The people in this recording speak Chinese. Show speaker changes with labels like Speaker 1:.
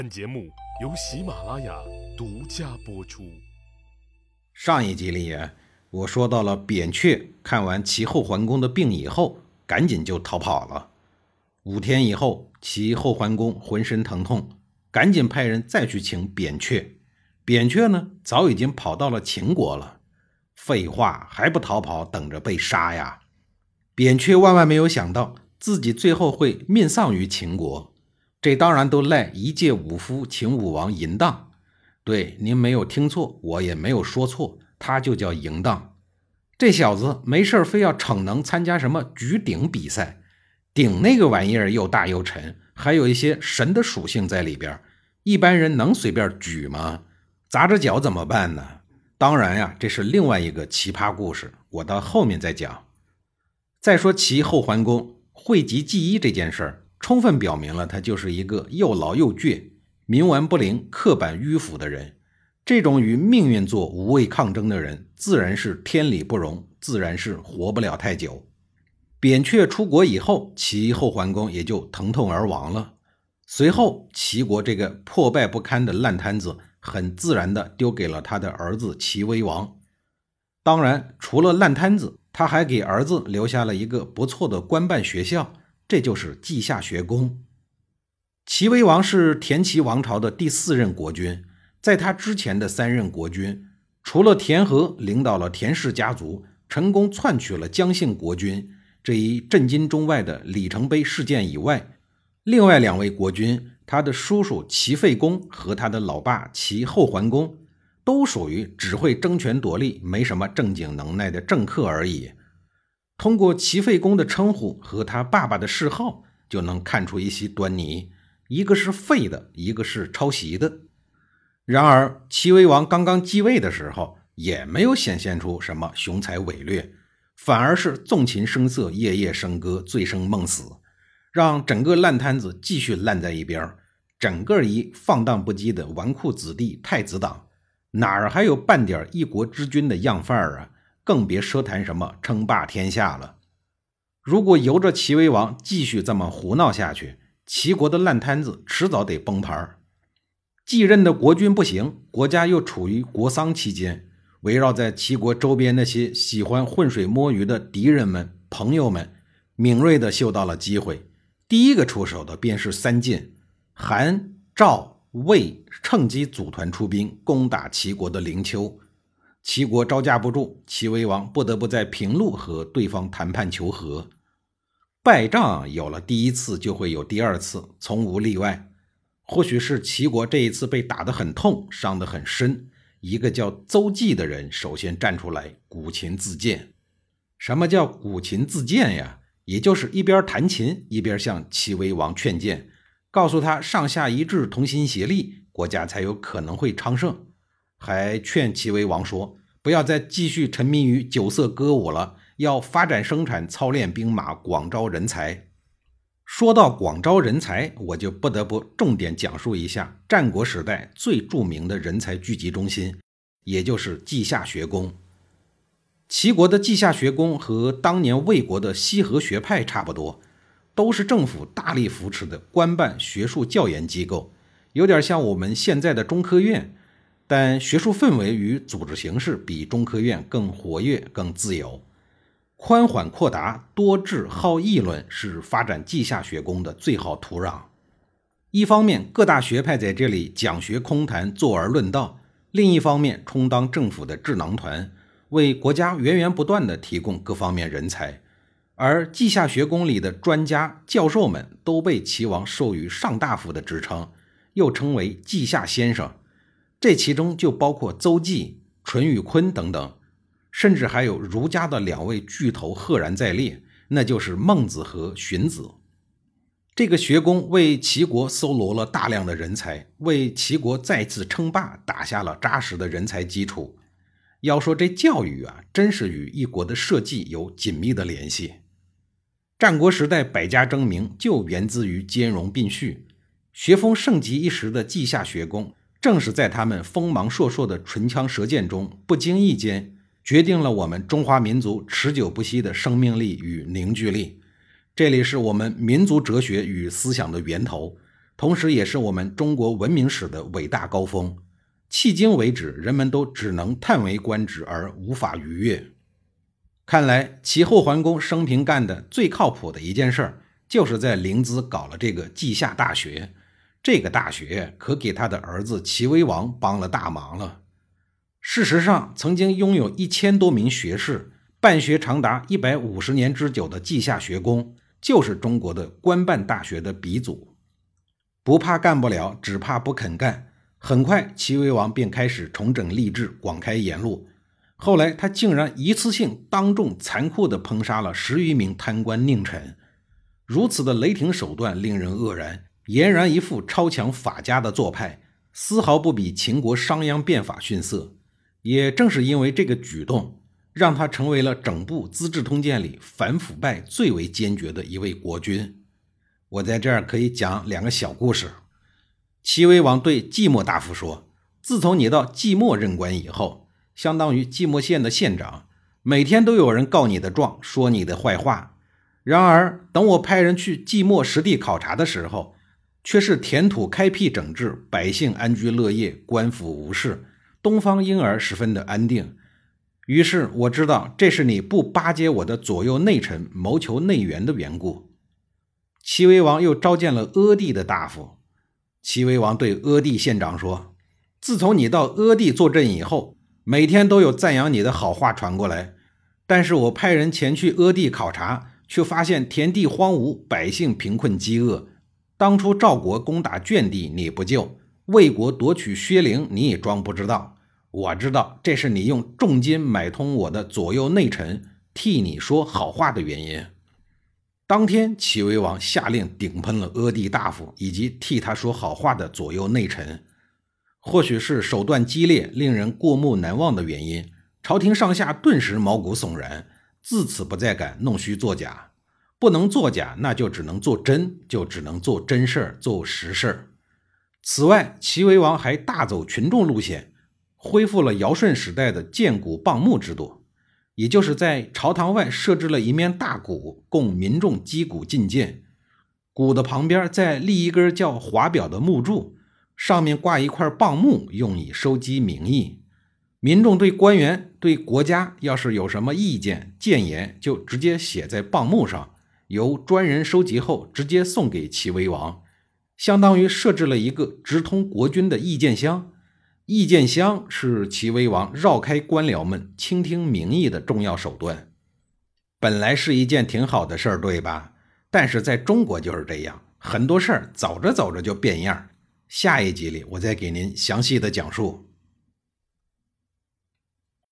Speaker 1: 本节目由喜马拉雅独家播出。
Speaker 2: 上一集里我说到了扁鹊看完其后桓公的病以后，赶紧就逃跑了。5天以后，其后桓公浑身疼痛，赶紧派人再去请扁鹊。扁鹊呢，早已经跑到了秦国了。废话，还不逃跑，等着被杀呀！扁鹊万万没有想到，自己最后会命丧于秦国。这当然都赖一介武夫秦武王嬴荡。对，您没有听错，我也没有说错，他就叫嬴荡。这小子没事非要逞能参加什么举鼎比赛，鼎那个玩意儿又大又沉，还有一些神的属性在里边，一般人能随便举吗？砸着脚怎么办呢？当然呀，这是另外一个奇葩故事，我到后面再讲。再说其后桓公讳疾忌医这件事儿，充分表明了他就是一个又老又倔、冥顽不灵、刻板迂腐的人。这种与命运做无谓抗争的人，自然是天理不容，自然是活不了太久。扁鹊出国以后，其后桓公也就疼痛而亡了。随后齐国这个破败不堪的烂摊子，很自然地丢给了他的儿子齐威王。当然，除了烂摊子，他还给儿子留下了一个不错的官办学校，这就是稷下学宫。齐威王是田齐王朝的第4任国君，在他之前的3任国君，除了田和领导了田氏家族，成功篡取了姜姓国君这一震惊中外的里程碑事件以外，另外2位国君，他的叔叔齐废公和他的老爸齐后桓公，都属于只会争权夺利，没什么正经能耐的政客而已。通过齐废公的称呼和他爸爸的谥号，就能看出一些端倪，一个是废的，一个是抄袭的。然而齐威王刚刚继位的时候，也没有显现出什么雄才伟略，反而是纵情声色，夜夜笙歌，醉生梦死，让整个烂摊子继续烂在一边，整个一放荡不羁的纨绔子弟太子党，哪儿还有半点一国之君的样范儿啊？更别奢谈什么称霸天下了。如果由着齐威王继续这么胡闹下去，齐国的烂摊子迟早得崩盘。继任的国君不行，国家又处于国丧期间，围绕在齐国周边那些喜欢浑水摸鱼的敌人们、朋友们，敏锐地嗅到了机会。第一个出手的便是3晋，韩、赵、魏趁机组团出兵攻打齐国的陵丘。齐国招架不住，齐威王不得不在平陆和对方谈判求和。败仗有了第1次就会有第2次，从无例外。或许是齐国这一次被打得很痛，伤得很深，一个叫邹忌的人首先站出来鼓琴自荐。什么叫鼓琴自荐呀？也就是一边弹琴一边向齐威王劝谏，告诉他上下一致，同心协力，国家才有可能会昌盛。还劝齐威王说，不要再继续沉迷于酒色歌舞了，要发展生产，操练兵马，广招人才。说到广招人才，我就不得不重点讲述一下战国时代最著名的人才聚集中心，也就是稷下学宫。齐国的稷下学宫和当年魏国的西河学派差不多，都是政府大力扶持的官办学术教研机构，有点像我们现在的中科院，但学术氛围与组织形式比中科院更活跃、更自由。宽缓阔达、多智好议论是发展稷下学宫的最好土壤。一方面，各大学派在这里讲学空谈，坐而论道；另一方面，充当政府的智囊团，为国家源源不断地提供各方面人才。而稷下学宫里的专家、教授们都被齐王授予上大夫的职称，又称为稷下先生。这其中就包括邹忌、淳于髡等等，甚至还有儒家的2位巨头赫然在列，那就是孟子和荀子。这个学宫为齐国搜罗了大量的人才，为齐国再次称霸打下了扎实的人才基础。要说这教育啊，真是与一国的社稷有紧密的联系。战国时代百家争鸣就源自于兼容并蓄，学风盛极一时的稷下学宫，正是在他们锋芒烁烁的唇枪舌剑中，不经意间决定了我们中华民族持久不息的生命力与凝聚力。这里是我们民族哲学与思想的源头， 同时也是我们中国文明史的伟大高峰。迄今为止，人们都只能叹为观止而无法逾越。看来齐后桓公生平干的最靠谱的一件事，就是在临淄搞了这个稷下大学。这个大学可给他的儿子齐威王帮了大忙了。事实上，曾经拥有1000多名学士，办学长达150年之久的稷下学宫，就是中国的官办大学的鼻祖。不怕干不了，只怕不肯干。很快齐威王便开始重整吏治，广开言路。后来他竟然一次性当众残酷地烹杀了10余名贪官佞臣。如此的雷霆手段令人愕然，俨然一副超强法家的做派，丝毫不比秦国商鞅变法逊色。也正是因为这个举动，让他成为了整部《资治通鉴》里反腐败最为坚决的一位国君。我在这儿可以讲2个小故事。齐威王对寂寞大夫说，自从你到寂寞任官以后，相当于寂寞县的县长，每天都有人告你的状，说你的坏话。然而等我派人去寂寞实地考察的时候，却是田土开辟整治，百姓安居乐业，官府无事，东方婴儿十分的安定。于是我知道这是你不巴结我的左右内臣，谋求内援的缘故。齐威王又召见了阿地的大夫。齐威王对阿地县长说，自从你到阿地坐镇以后，每天都有赞扬你的好话传过来，但是我派人前去阿地考察，却发现田地荒芜，百姓贫困饥饿。当初赵国攻打卷地你不救，魏国夺取薛陵你也装不知道。我知道这是你用重金买通我的左右内臣，替你说好话的原因。当天齐威王下令顶喷了阿地大夫以及替他说好话的左右内臣。或许是手段激烈，令人过目难忘的原因，朝廷上下顿时毛骨悚然，自此不再敢弄虚作假。不能作假，那就只能做真，就只能做真事儿，做实事儿。此外，齐威王还大走群众路线，恢复了尧舜时代的建谷谤墓制度，也就是在朝堂外设置了一面大鼓，供民众击鼓进谏。鼓的旁边再立一根叫华表的木柱，上面挂一块谤木，用以收集民意。民众对官员对国家要是有什么意见谏言，就直接写在谤木上，由专人收集后直接送给齐威王，相当于设置了一个直通国君的意见箱。意见箱是齐威王绕开官僚们倾听民意的重要手段。本来是一件挺好的事儿，对吧？但是在中国就是这样，很多事儿走着走着就变样。下一集里我再给您详细的讲述。